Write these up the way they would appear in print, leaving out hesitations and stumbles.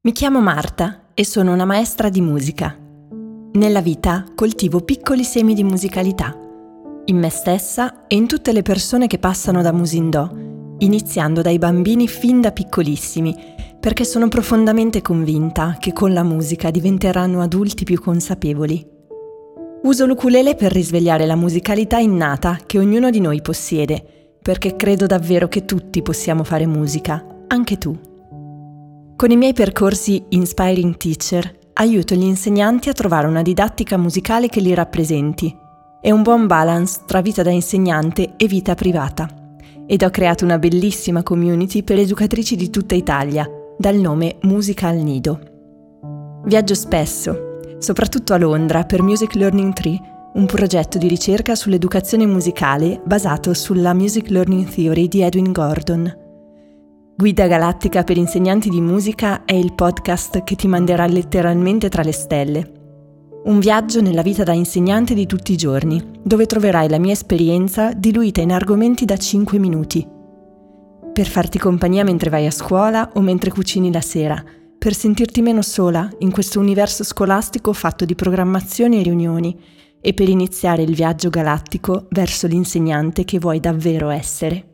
Mi chiamo Marta e sono una maestra di musica. Nella vita coltivo piccoli semi di musicalità, in me stessa e in tutte le persone che passano da Musindò, iniziando dai bambini fin da piccolissimi, perché sono profondamente convinta che con la musica diventeranno adulti più consapevoli. Uso l'ukulele per risvegliare la musicalità innata che ognuno di noi possiede, perché credo davvero che tutti possiamo fare musica, anche tu. Con i miei percorsi Inspiring Teacher aiuto gli insegnanti a trovare una didattica musicale che li rappresenti e un buon balance tra vita da insegnante e vita privata. Ed ho creato una bellissima community per educatrici di tutta Italia, dal nome Musica al Nido. Viaggio spesso, soprattutto a Londra, per Music Learning Tree, un progetto di ricerca sull'educazione musicale basato sulla Music Learning Theory di Edwin Gordon. Guida Galattica per insegnanti di musica è il podcast che ti manderà letteralmente tra le stelle. Un viaggio nella vita da insegnante di tutti i giorni, dove troverai la mia esperienza diluita in argomenti da 5 minuti. Per farti compagnia mentre vai a scuola o mentre cucini la sera, per sentirti meno sola in questo universo scolastico fatto di programmazioni e riunioni, e per iniziare il viaggio galattico verso l'insegnante che vuoi davvero essere.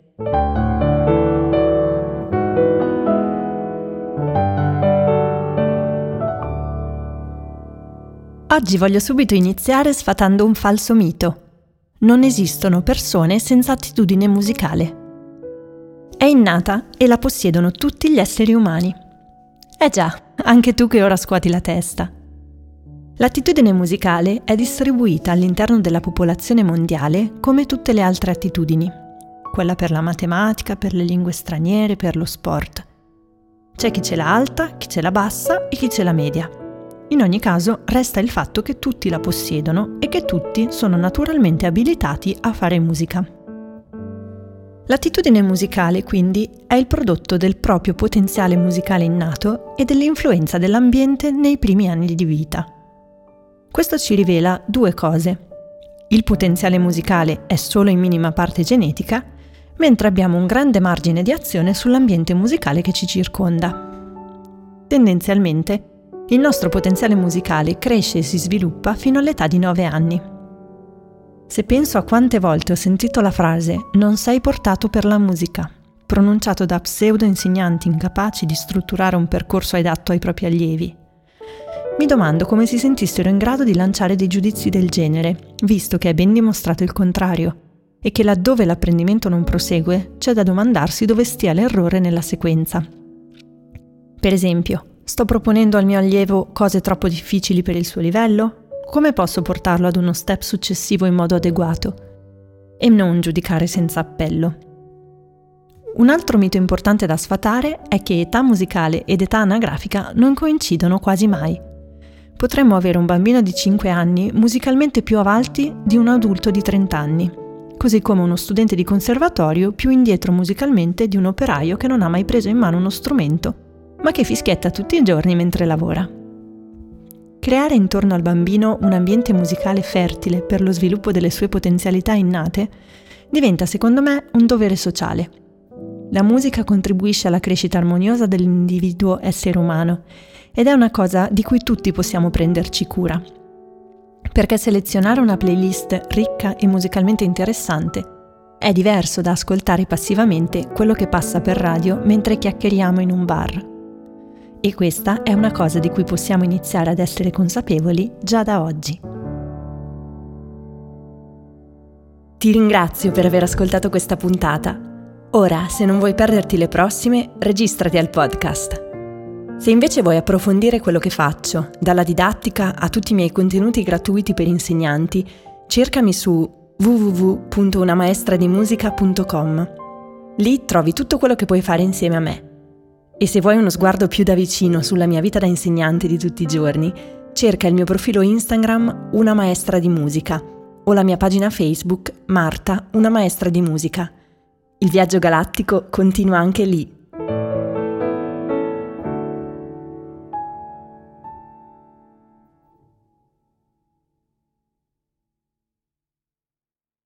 Oggi voglio subito iniziare sfatando un falso mito. Non esistono persone senza attitudine musicale. È innata e la possiedono tutti gli esseri umani. Già, anche tu che ora scuoti la testa. L'attitudine musicale è distribuita all'interno della popolazione mondiale come tutte le altre attitudini. Quella per la matematica, per le lingue straniere, per lo sport. C'è chi ce l'ha alta, chi ce l'ha bassa e chi ce l'ha media. In ogni caso, resta il fatto che tutti la possiedono e che tutti sono naturalmente abilitati a fare musica. L'attitudine musicale, quindi, è il prodotto del proprio potenziale musicale innato e dell'influenza dell'ambiente nei primi anni di vita. Questo ci rivela due cose. Il potenziale musicale è solo in minima parte genetica, mentre abbiamo un grande margine di azione sull'ambiente musicale che ci circonda. Tendenzialmente, il nostro potenziale musicale cresce e si sviluppa fino all'età di 9 anni. Se penso a quante volte ho sentito la frase «non sei portato per la musica», pronunciato da pseudo-insegnanti incapaci di strutturare un percorso adatto ai propri allievi, mi domando come si sentissero in grado di lanciare dei giudizi del genere, visto che è ben dimostrato il contrario, e che laddove l'apprendimento non prosegue, c'è da domandarsi dove stia l'errore nella sequenza. Per esempio, sto proponendo al mio allievo cose troppo difficili per il suo livello? Come posso portarlo ad uno step successivo in modo adeguato? E non giudicare senza appello. Un altro mito importante da sfatare è che età musicale ed età anagrafica non coincidono quasi mai. Potremmo avere un bambino di 5 anni musicalmente più avanti di un adulto di 30 anni, così come uno studente di conservatorio più indietro musicalmente di un operaio che non ha mai preso in mano uno strumento, ma che fischietta tutti i giorni mentre lavora. Creare intorno al bambino un ambiente musicale fertile per lo sviluppo delle sue potenzialità innate diventa, secondo me, un dovere sociale. La musica contribuisce alla crescita armoniosa dell'individuo essere umano ed è una cosa di cui tutti possiamo prenderci cura. Perché selezionare una playlist ricca e musicalmente interessante è diverso da ascoltare passivamente quello che passa per radio mentre chiacchieriamo in un bar. E questa è una cosa di cui possiamo iniziare ad essere consapevoli già da oggi. Ti ringrazio per aver ascoltato questa puntata. Ora, se non vuoi perderti le prossime, registrati al podcast. Se invece vuoi approfondire quello che faccio, dalla didattica a tutti i miei contenuti gratuiti per insegnanti, cercami su www.unamaestradimusica.com. Lì trovi tutto quello che puoi fare insieme a me. E se vuoi uno sguardo più da vicino sulla mia vita da insegnante di tutti i giorni, cerca il mio profilo Instagram Una Maestra di Musica o la mia pagina Facebook Marta, una maestra di musica. Il viaggio galattico continua anche lì.